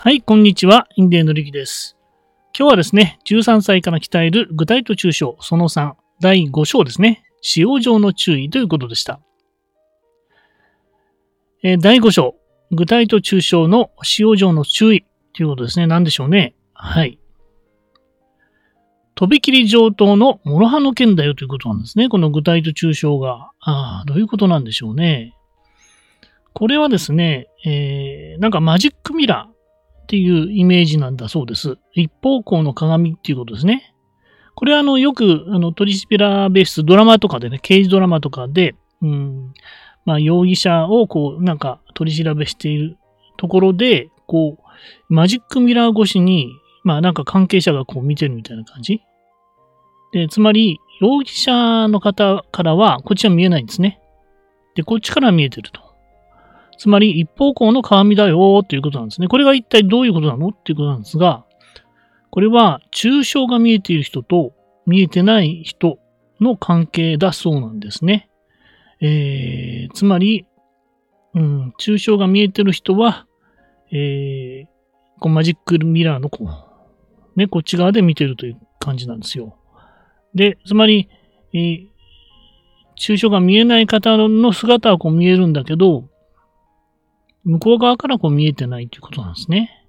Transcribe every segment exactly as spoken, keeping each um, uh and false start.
はい、こんにちは。インディアンのりきです。今日はですね、じゅうさんさいから鍛える具体と抽象そのさん、だいご章ですね。使用上の注意ということでした。えー、だいご章、具体と抽象の使用上の注意ということですね。何でしょうね。はい。とびきり上等の諸刃の剣だよということなんですね。この具体と抽象が。ああ、どういうことなんでしょうね。これはですね、えー、なんかマジックミラーっていうイメージなんだそうです。一方向の鏡っていうことですね。これはあのよくあの取り調べ室、ドラマとかでね、刑事ドラマとかで、うんまあ、容疑者をこうなんか取り調べしているところで、こうマジックミラー越しに、まあなんか関係者がこう見てるみたいな感じ。で、つまり容疑者の方からはこっちは見えないんですね。で、こっちから見えてると。つまり一方向の鏡だよということなんですね。これが一体どういうことなのっていうことなんですが、これは抽象が見えている人と見えてない人の関係だそうなんですね。えー、つまり、うん、抽象が見えてる人は、えー、こうマジックミラーのこう、ね、こっち側で見てるという感じなんですよ。で、つまり、えー、抽象が見えない方の姿はこう見えるんだけど、向こう側からこう見えてないということなんですね。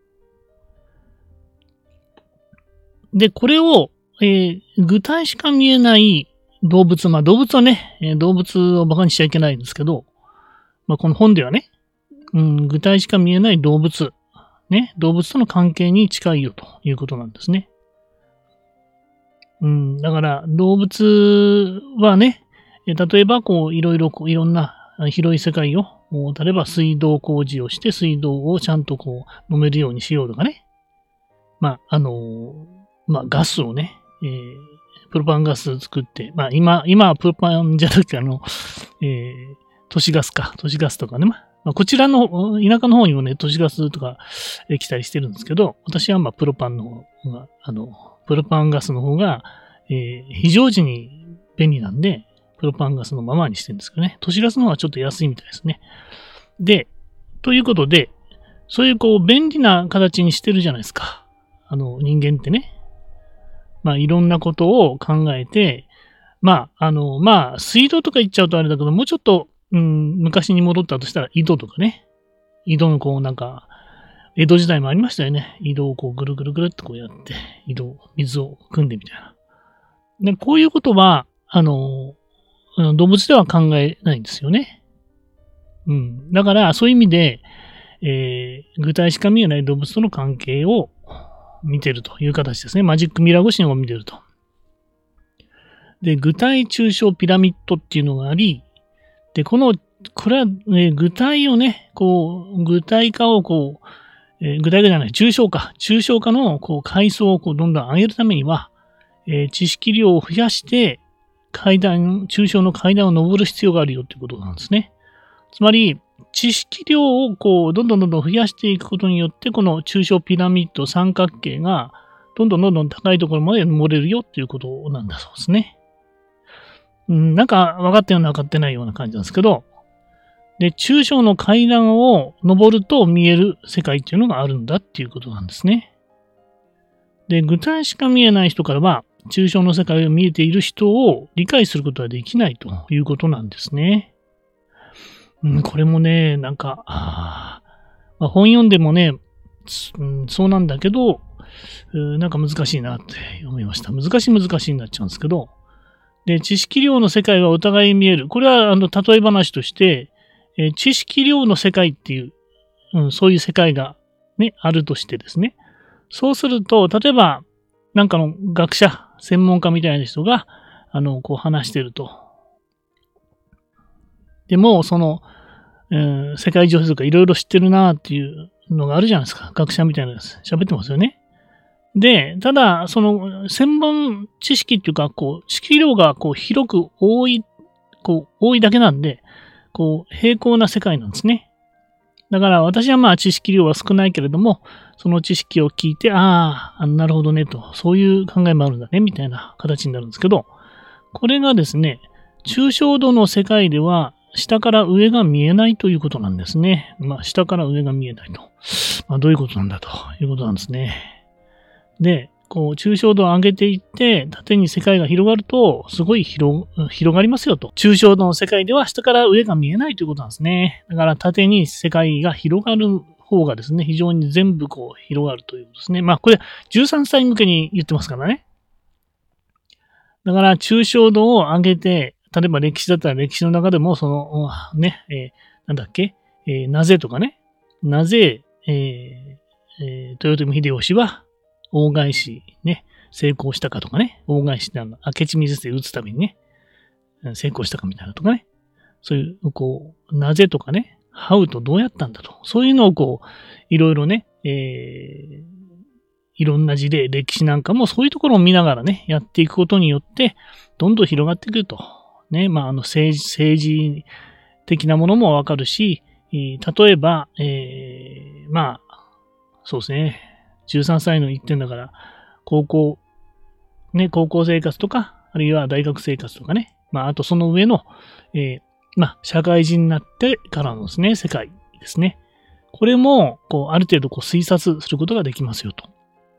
で、これを、えー、具体しか見えない動物、まあ動物はね、えー、動物を馬鹿にしちゃいけないんですけど、まあこの本ではね、うん、具体しか見えない動物、ね、動物との関係に近いよということなんですね。うん、だから動物はね、例えばこういろいろこういろんな広い世界を、例えば水道工事をして水道をちゃんとこう飲めるようにしようとかね。まあ、あの、まあガスをね、えー、プロパンガス作って、まあ今、今はプロパンじゃなくてあの、えー、都市ガスか、都市ガスとかね。まあ、こちらの田舎の方にもね、都市ガスとか、えー、来たりしてるんですけど、私はまあプロパンの方が、あの、プロパンガスの方が、えー、非常時に便利なんで、プロパンガスのままにしてるんですけどね。都市ガスの方がちょっと安いみたいですね。で、ということで、そういうこう便利な形にしてるじゃないですか。あの人間ってね。まあいろんなことを考えて、まああの、まあ水道とか言っちゃうとあれだけど、もうちょっと、うん、昔に戻ったとしたら井戸とかね。井戸のこうなんか、江戸時代もありましたよね。井戸をこうぐるぐるぐるっとこうやって、井戸、水を汲んでみたいな。で、こういうことは、あの、動物では考えないんですよね。うん。だから、そういう意味で、えー、具体しか見えない動物との関係を見てるという形ですね。マジックミラー越しにも見てると。で、具体抽象ピラミッドっていうのがあり、で、この、これは、ね、具体をね、こう、具体化をこう、えー、具体化じゃない、抽象化、抽象化のこう階層をこうどんどん上げるためには、えー、知識量を増やして、階段、抽象の階段を登る必要があるよということなんですね。つまり、知識量をこう、どんどんどんどん増やしていくことによって、この抽象ピラミッド三角形が、どんどんどんどん高いところまで登れるよっていうことなんだそうですね。うん、なんか分かったような分かってないような感じなんですけど、で、抽象の階段を登ると見える世界っていうのがあるんだっていうことなんですね。で、具体しか見えない人からは、抽象の世界を見えている人を理解することはできないということなんですね。うん、これもね、なんか、あまあ、本読んでもね、うん、そうなんだけど、なんか難しいなって思いました。難しい難しいになっちゃうんですけど、で、知識量の世界はお互い見える。これはあの例え話として、えー、知識量の世界っていう、うん、そういう世界が、ね、あるとしてですね。そうすると、例えば、なんかの学者、専門家みたいな人が、あの、こう話してると。でも、その、えー、世界情勢とかいろいろ知ってるなっていうのがあるじゃないですか。学者みたいなやつ。喋ってますよね。で、ただ、その、専門知識っていうか、こう、知識量がこう広く多い、こう、多いだけなんで、こう、平行な世界なんですね。だから私はまあ知識量は少ないけれども、その知識を聞いて、ああ、なるほどねと、そういう考えもあるんだね、みたいな形になるんですけど、これがですね、抽象度の世界では、 下から上が見えないということなんですね。まあ、下から上が見えないと。まあ、どういうことなんだということなんですね。で、こう、抽象度を上げていって、縦に世界が広がると、すごい広広がりますよと。抽象度の世界では下から上が見えないということなんですね。だから縦に世界が広がる方がですね、非常に全部こう広がるということですね。まあ、これじゅうさんさい向けに言ってますからね。だから、抽象度を上げて、例えば歴史だったら歴史の中でも、その、ね、えー、なんだっけ、えー、なぜとかね、なぜ、えーえー、豊臣秀吉は大返しね、成功したかとかね、大返しってあの、明智水で撃つためにね、成功したかみたいなとかね、そういう、こう、なぜとかね、how とどうやったんだと、そういうのをこう、いろいろね、えー、いろんな事例、歴史なんかもそういうところを見ながらね、やっていくことによって、どんどん広がってくると。ね、まあ、あの政治、政治的なものもわかるし、例えば、えー、まあ、そうですね、じゅうさんさいの言ってんだから、高校、ね、高校生活とか、あるいは大学生活とかね、まあ、あとその上の、えー、まあ、社会人になってからのですね、世界ですね。これも、こう、ある程度こう推察することができますよと。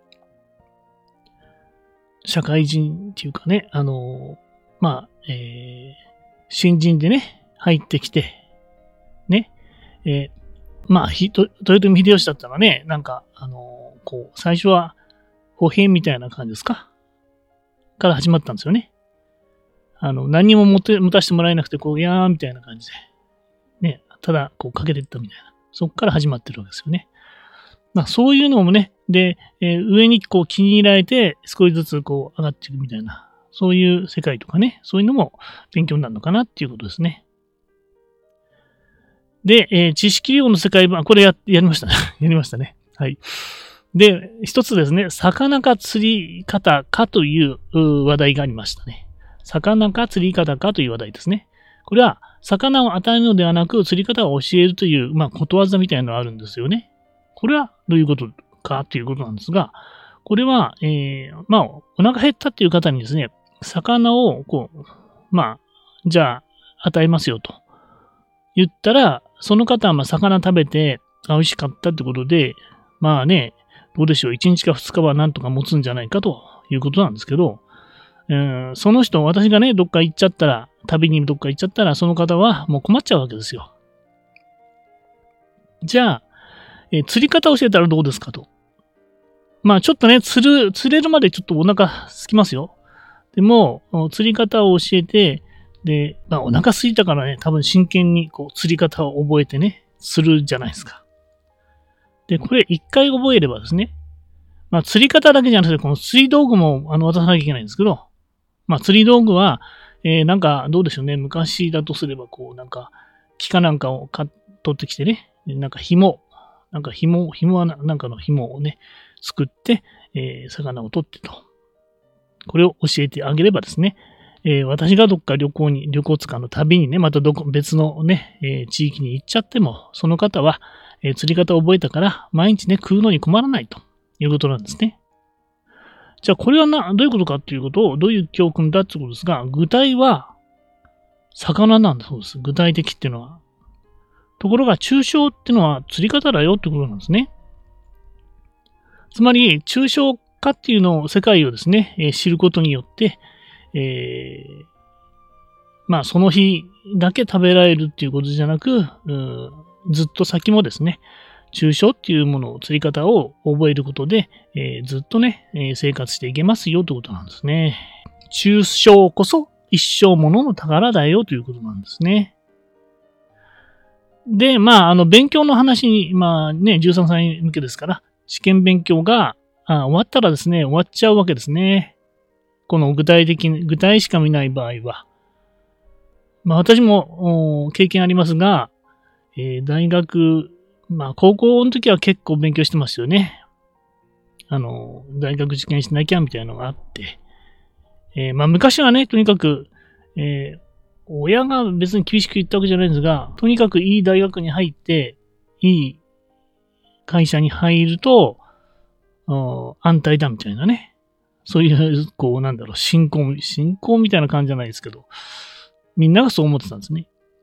社会人っていうかね、あの、まあ、えー、新人でね、入ってきて、ね、えー、まあ、ひと豊臣秀吉だったらね、なんか、あの、こう、最初は歩兵みたいな感じですかから始まったんですよね。あの、何にも持て持たせてもらえなくて、こう、いやーみたいな感じで、ね、ただ、こう、かけていったみたいな。そこから始まってるわけですよね。まあ、そういうのもね、で、えー、上にこう気に入られて少しずつこう上がっていくみたいな、そういう世界とかね、そういうのも勉強になるのかなっていうことですね。で、えー、知識量の世界版、これや、やりましたね。やりましたね。はい。で、一つですね、魚か釣り方かという話題がありましたね。魚か釣り方かという話題ですね。これは、魚を与えるのではなく、釣り方を教えるという、まあ、ことわざみたいなのがあるんですよね。これはどういうことかということなんですが、これは、えー、まあ、お腹減ったっていう方にですね、魚を、こう、まあ、じゃあ、与えますよと言ったら、その方は、まあ、魚食べて、あ、美味しかったってことで、まあね、どうでしょう、いちにちかふつかはなんとか持つんじゃないかということなんですけど、えー、その人、私がね、どっか行っちゃったら、旅にどっか行っちゃったら、その方はもう困っちゃうわけですよ。じゃあ、えー、釣り方を教えたらどうですかと。まあちょっとね、釣る、釣れるまでちょっとお腹空きますよ。でも、釣り方を教えて、で、まあお腹空いたからね、多分真剣にこう釣り方を覚えてね、釣るじゃないですか。で、これ一回覚えればですね、まあ釣り方だけじゃなくて、この釣り道具もあの渡さなきゃいけないんですけど、まあ釣り道具は、えー、なんかどうでしょうね、昔だとすればこうなんか、木かなんかを買っ取ってきてね、なんか紐、なんか紐、紐はなんかの紐をね、作って、えー、魚を取ってと。これを教えてあげればですね、えー、私がどっか旅行に、旅行つかの旅にね、またどこ、別のね、えー、地域に行っちゃっても、その方は、えー、釣り方を覚えたから、毎日ね、食うのに困らないということなんですね。じゃあ、これはな、どういうことかっていうことを、どういう教訓だってことですが、具体は、魚なんだそうです。具体的っていうのは。ところが、抽象っていうのは釣り方だよってことなんですね。つまり、抽象化っていうのを、世界をですね、えー、知ることによって、えー、まあ、その日だけ食べられるっていうことじゃなく、ずっと先もですね、抽象っていうものを、釣り方を覚えることで、えー、ずっとね、えー、生活していけますよということなんですね。抽象こそ一生ものの宝だよということなんですね。で、まあ、あの、勉強の話に、まあね、じゅうさんさい向けですから、試験勉強があ終わったらですね、終わっちゃうわけですね。この具体的に、具体しか見ない場合は。まあ私も経験ありますが、えー、大学、まあ高校の時は結構勉強してますよね。あの、大学受験しなきゃみたいなのがあって。えー、まあ昔はね、とにかく、えー、親が別に厳しく言ったわけじゃないんですが、とにかくいい大学に入って、いい会社に入ると、安泰だみたいなね。そういう、こう、なんだろう、信仰、信仰みたいな感じじゃないですけど、みんながそう思ってたんですね。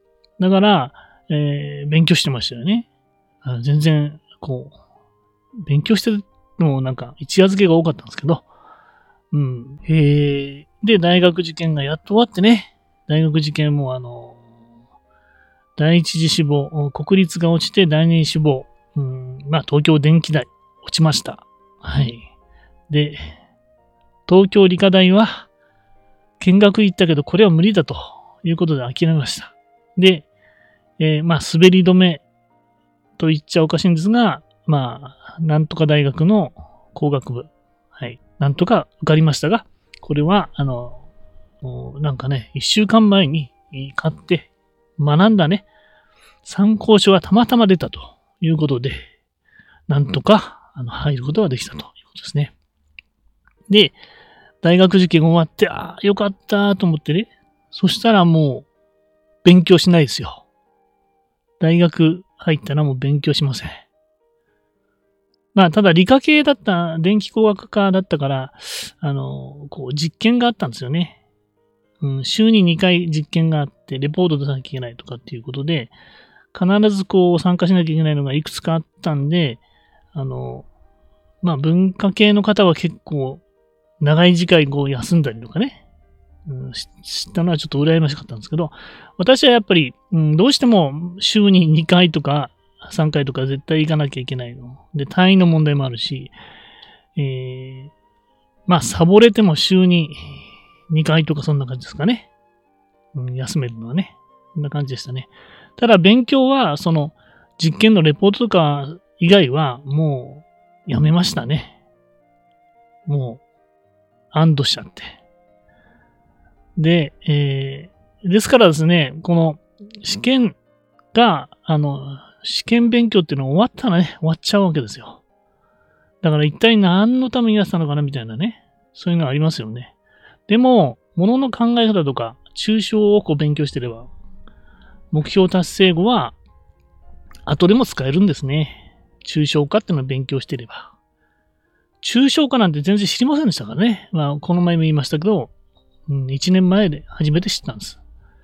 だから、えー、勉強してましたよね。あ全然、こう、勉強してるのもなんか一夜漬けが多かったんですけど、うん。えー、で、大学受験がやっと終わってね、大学受験もあの、第一次志望、国立が落ちて第二志望、うん、まあ東京電機大、落ちました。はい。で、東京理科大は、見学行ったけど、これは無理だということで諦めました。で、えー、まあ滑り止めと言っちゃおかしいんですが、まあ、なんとか大学の工学部、はい、なんとか受かりましたが、これは、あの、なんかね、一週間前に買って学んだね、参考書がたまたま出たということで、なんとかあの入ることができたということですね。で、大学受験終わって、ああ、よかったと思ってね、そしたらもう勉強しないですよ。大学入ったらもう勉強しません。まあ、ただ理科系だった、電気工学科だったから、あの、こう実験があったんですよね。うん、週ににかい実験があって、レポート出さなきゃいけないとかっていうことで、必ずこう参加しなきゃいけないのがいくつかあったんで、あの、まあ文化系の方は結構長い時間こう休んだりとかね、うん、知ったのはちょっと羨ましかったんですけど、私はやっぱり、うん、どうしても週ににかいとかさんかいとか絶対行かなきゃいけないの。で、単位の問題もあるし、えー、まあサボれても週ににかいとかそんな感じですかね。うん、休めるのはね。こんな感じでしたね。ただ勉強は、その実験のレポートとか以外はもうやめましたね。もう安堵しちゃって。で、えー、ですからですね、この試験が、あの、試験勉強っていうのが終わったらね、終わっちゃうわけですよ。だから一体何のためにやってたのかなみたいなね。そういうのありますよね。でも、ものの考え方とか、抽象をこう勉強してれば、目標達成後は、後でも使えるんですね。抽象化っていうのを勉強してれば。抽象化なんて全然知りませんでしたからね。まあ、この前も言いましたけど、うん、いちねんまえで初めて知ったんです。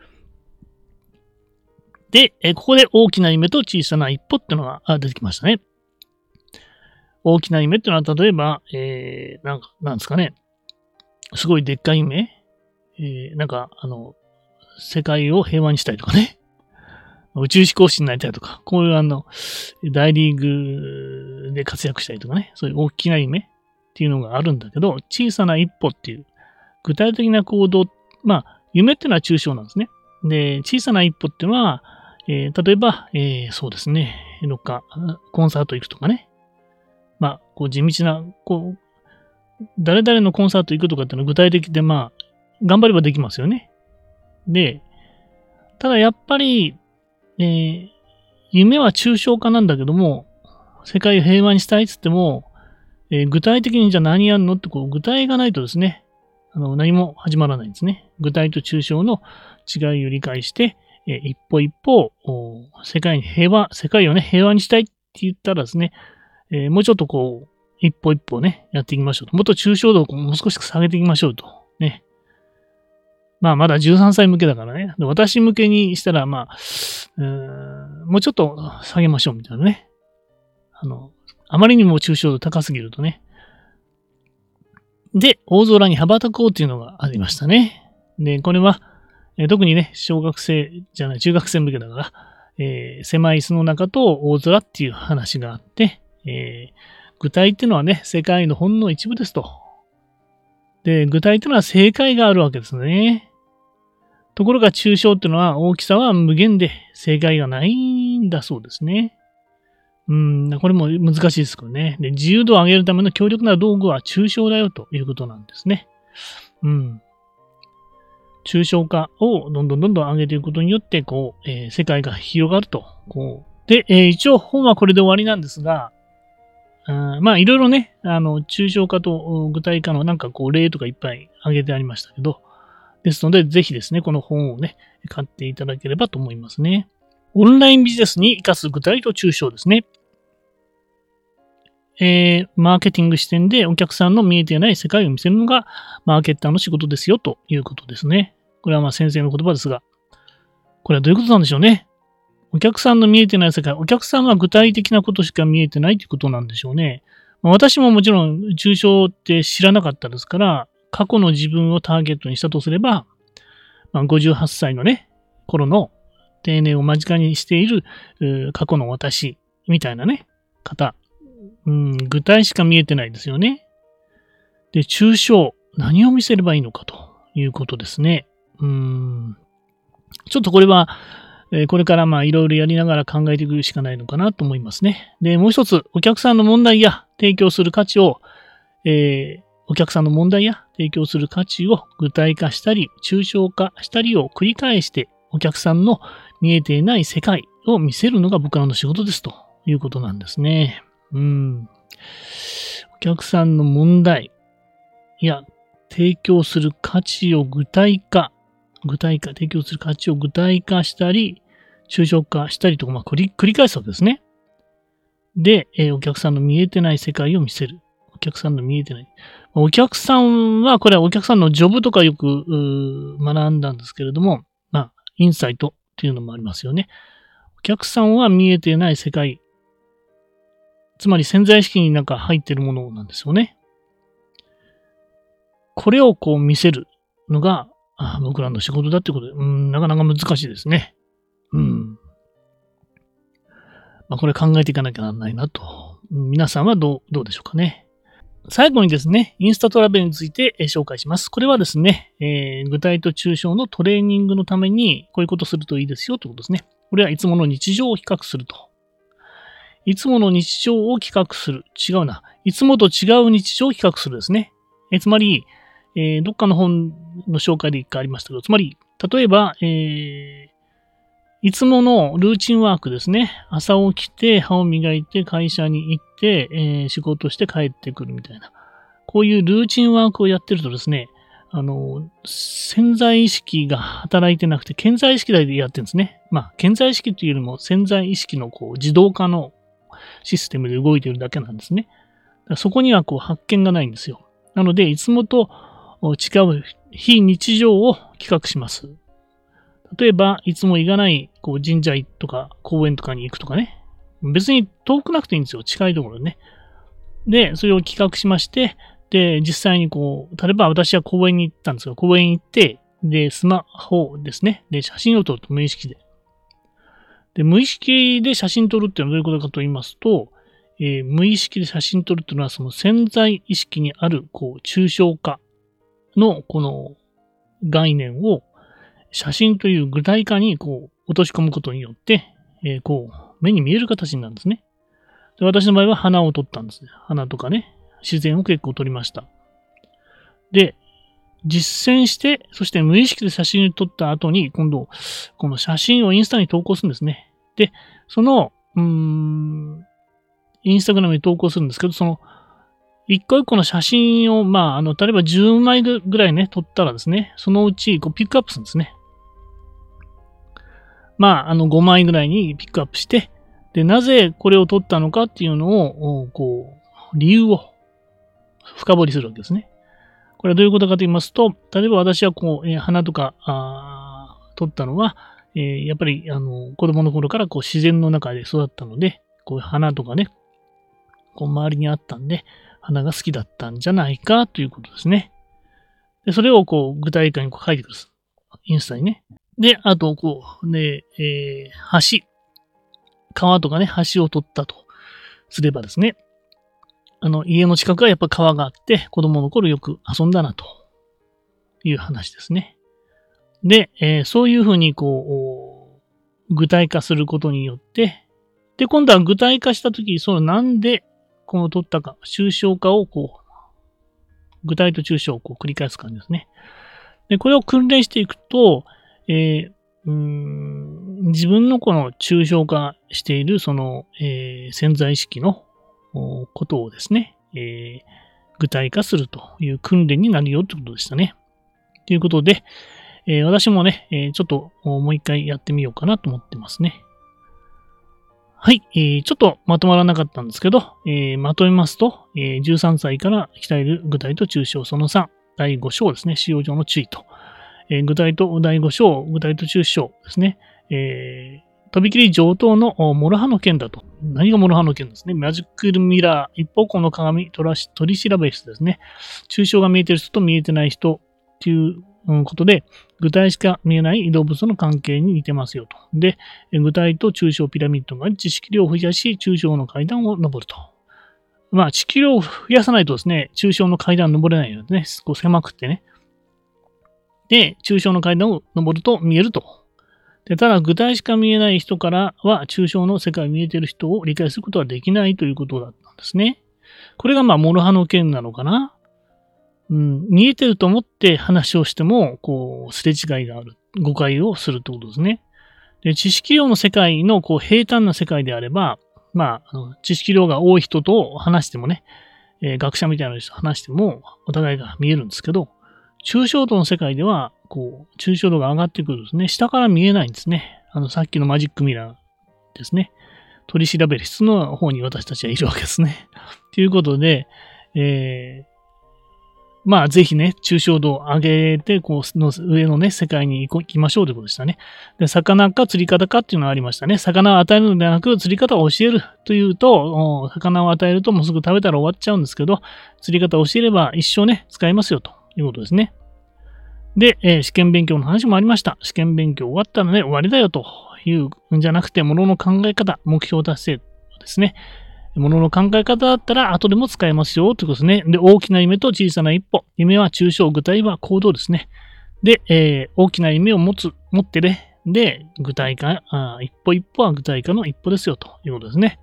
で、えここで大きな夢と小さな一歩っていうのが出てきましたね。大きな夢っていうのは、例えば、えー、なんか、なんですかね。すごいでっかい夢、えー、なんか、あの、世界を平和にしたいとかね。宇宙飛行士になりたいとか、こういうあの、大リーグで活躍したいとかね、そういう大きな夢っていうのがあるんだけど、小さな一歩っていう、具体的な行動、まあ、夢っていうのは抽象なんですね。で、小さな一歩っていうのは、えー、例えば、えー、そうですね、どっかコンサート行くとかね。まあ、こう地道な、こう、誰々のコンサート行くとかっていうのは具体的で、まあ、頑張ればできますよね。で、ただやっぱり、えー、夢は抽象化なんだけども、世界を平和にしたいっつっても、えー、具体的にじゃあ何やんのってこう具体がないとですね、あの何も始まらないんですね。具体と抽象の違いを理解して、えー、一歩一歩世界に平和、世界をね、平和にしたいって言ったらですね、えー、もうちょっとこう、一歩一歩ね、やっていきましょうと。もっと抽象度をもう少し下げていきましょうと。ね。まあ、まだじゅうさんさい向けだからね。私向けにしたら、まあ、うーんもうちょっと下げましょうみたいなね。あの、あまりにも抽象度高すぎるとね。で、大空に羽ばたこうというのがありましたね。で、これは、えー、特にね、小学生じゃない、中学生向けだから、えー、狭い巣の中と大空っていう話があって、えー、具体っていうのはね、世界のほんの一部ですと。で、具体っていうのは正解があるわけですね。ところが抽象っていうのは大きさは無限で正解がないんだそうですね。うん、これも難しいですけどね。で、自由度を上げるための強力な道具は抽象だよということなんですね。うん。抽象化をどんどんどんどん上げていくことによって、こう、えー、世界が広がると。こうで、えー、一応本はこれで終わりなんですが、うんまあいろいろね、あの、抽象化と具体化のなんかこう例とかいっぱい挙げてありましたけど、ですので、ぜひですね、この本をね、買っていただければと思いますね。オンラインビジネスに活かす具体と抽象ですね。えー、マーケティング視点でお客さんの見えていない世界を見せるのがマーケッターの仕事ですよということですね。これはまあ先生の言葉ですが、これはどういうことなんでしょうね。 お客さんの見えてない世界、お客さんは具体的なことしか見えてないということなんでしょうね。まあ私ももちろん抽象って知らなかったですから、過去の自分をターゲットにしたとすれば、まあ、ごじゅうはっさいのね、頃の定年を間近にしている過去の私みたいなね、方、うん、具体しか見えてないですよね。で、抽象、何を見せればいいのかということですね。うん、ちょっとこれは、えー、これからまあいろいろやりながら考えていくしかないのかなと思いますね。で、もう一つ、お客さんの問題や提供する価値を、えー、お客さんの問題や提供する価値を具体化したり、抽象化したりを繰り返して、お客さんの見えていない世界を見せるのが僕らの仕事ですということなんですね。うん。お客さんの問題や提供する価値を具体化、具体化、提供する価値を具体化したり、抽象化したりとか、まあ、繰り繰り返すわけですね。で、えー、お客さんの見えてない世界を見せる。お客さんの見えてない。お客さんは、これはお客さんのジョブとかよく学んだんですけれども、まあ、インサイトっていうのもありますよね。お客さんは見えていない世界。つまり潜在意識になんか入っているものなんですよね。これをこう見せるのがあ僕らの仕事だってことで、うん、なかなか難しいですね。うん。まあ、これ考えていかなきゃならないなと。皆さんはどう、どうでしょうかね。最後にですね、インスタトラベルについて紹介します。これはですね、えー、具体と抽象のトレーニングのためにこういうことするといいですよということですね。これはいつもの日常を比較すると。いつもの日常を比較する。違うな。いつもと違う日常を比較するですね。えつまり、えー、どっかの本の紹介で一回ありましたけど、つまり、例えば、えー、いつものルーチンワークですね。朝起きて、歯を磨いて、会社に行って、えー、仕事して帰ってくるみたいな。こういうルーチンワークをやってるとですね、あの、潜在意識が働いてなくて、顕在意識でやってるんですね。まあ、顕在意識というよりも潜在意識のこう自動化のシステムで動いているだけなんですね。だからそこにはこう発見がないんですよ。なので、いつもと違う非日常を企画します。例えば、いつも行かないこう神社とか公園とかに行くとかね。別に遠くなくていいんですよ。近いところでね。で、それを企画しまして、で、実際にこう、例えば私は公園に行ったんですよ。公園に行って、で、スマホですね。で、写真を撮ると無意識で。で、無意識で写真撮るっていうのはどういうことかと言いますと、えー、無意識で写真撮るっていうのは、その潜在意識にある、こう、抽象化の、この概念を、写真という具体化に、こう、落とし込むことによって、えー、こう、目に見える形になるんですね。で、私の場合は花を撮ったんですね。花とかね、自然を結構撮りました。で、実践して、そして無意識で写真を撮った後に、今度、この写真をインスタに投稿するんですね。で、その、うーん、インスタグラムに投稿するんですけど、その、一個一個の写真を、まあ、あの、例えばじゅうまいぐらいね、撮ったらですね、そのうち、こう、ピックアップするんですね。まあ、あの、ごまいぐらいにピックアップして、で、なぜこれを撮ったのかっていうのを、こう、理由を深掘りするわけですね。これはどういうことかと言いますと、例えば私はこう、えー、花とか、あ撮ったのは、えー、やっぱり、あの、子供の頃からこう自然の中で育ったので、こういう花とかね、こう周りにあったんで、花が好きだったんじゃないかということですね。で、それをこう、具体化にこう書いてくる。インスタにね。で、あと、こう、ね、えー、橋。川とかね、橋を取ったとすればですね、あの、家の近くはやっぱ川があって、子供の頃よく遊んだなという話ですね。で、えー、そういうふうにこう、具体化することによって、で、今度は具体化したときに、そのなんでこの取ったか、抽象化をこう、具体と抽象をこう繰り返す感じですね。で、これを訓練していくと、えーうーん自分のこの抽象化しているその、えー、潜在意識のことをですね、えー、具体化するという訓練になるよということでしたね。ということで、えー、私もね、えー、ちょっともう一回やってみようかなと思ってますね。はい、えー、ちょっとまとまらなかったんですけど、えー、まとめますと、えー、じゅうさんさいから鍛える具体と抽象そのさん、だいご章ですね、使用上の注意と。えー、具体とだいご章、具体と抽象ですね。えとびきり上等のモロハの剣だと。何がモロハの剣ですね。マジックミラー、一方向の鏡、取り調べ室ですね。抽象が見えてる人と見えてない人っていうことで、具体しか見えない移動物との関係に似てますよと。で、具体と抽象ピラミッドが知識量を増やし、抽象の階段を登ると。まあ、知識量を増やさないとですね、抽象の階段登れないのでね、こう狭くてね。で、抽象の階段を登ると見えると。でただ、具体しか見えない人からは、抽象の世界を見えている人を理解することはできないということだったんですね。これが、まあ、モロハの剣なのかな。うん、見えてると思って話をしても、こう、すれ違いがある。誤解をするってことですね。で、知識量の世界の、こう、平坦な世界であれば、まあ、あの知識量が多い人と話してもね、えー学者みたいな人と話しても、お互いが見えるんですけど、抽象度の世界では、こう、抽象度が上がってくるんですね。下から見えないんですね。あの、さっきのマジックミラーですね。取り調べる室の方に私たちはいるわけですね。ということで、えー、まあ、ぜひね、抽象度を上げて、こう、の上のね、世界に行きましょうということでしたね。で、魚か釣り方かっていうのがありましたね。魚を与えるのではなく、釣り方を教えるというと、魚を与えるともうすぐ食べたら終わっちゃうんですけど、釣り方を教えれば一生ね、使えますよということですね。で、えー試験勉強の話もありました。試験勉強終わったらね、終わりだよというんじゃなくて、ものの考え方、目標達成ですね。ものの考え方だったら後でも使えますよということですね。で、大きな夢と小さな一歩。夢は抽象、具体は行動ですね。で、えー大きな夢を持つ、持ってね。で、具体化、あ一歩一歩は具体化の一歩ですよということですね。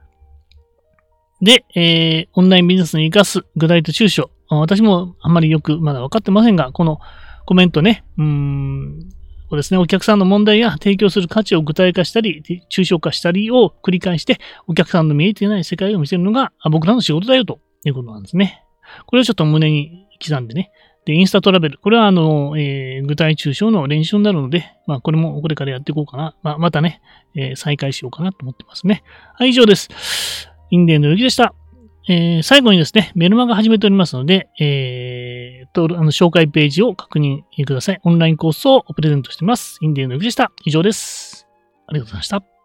で、えーオンラインビジネスに活かす具体と抽象。あ私もあんまりよくまだ分かってませんが、このコメントね、うーん、そうですね、お客さんの問題や提供する価値を具体化したり、抽象化したりを繰り返して、お客さんの見えていない世界を見せるのがあ僕らの仕事だよということなんですね。これをちょっと胸に刻んでね。で、インスタトラベル。これは、あの、えー具体抽象の練習になるので、まあ、これもこれからやっていこうかな。まあ、またね、えー再開しようかなと思ってますね。はい、以上です。インデーのゆきでした。えー最後にですね、メルマガ始めておりますので、えー、とあの紹介ページを確認ください。オンラインコースをプレゼントしています。インディアンのゆきでした。以上です。ありがとうございました。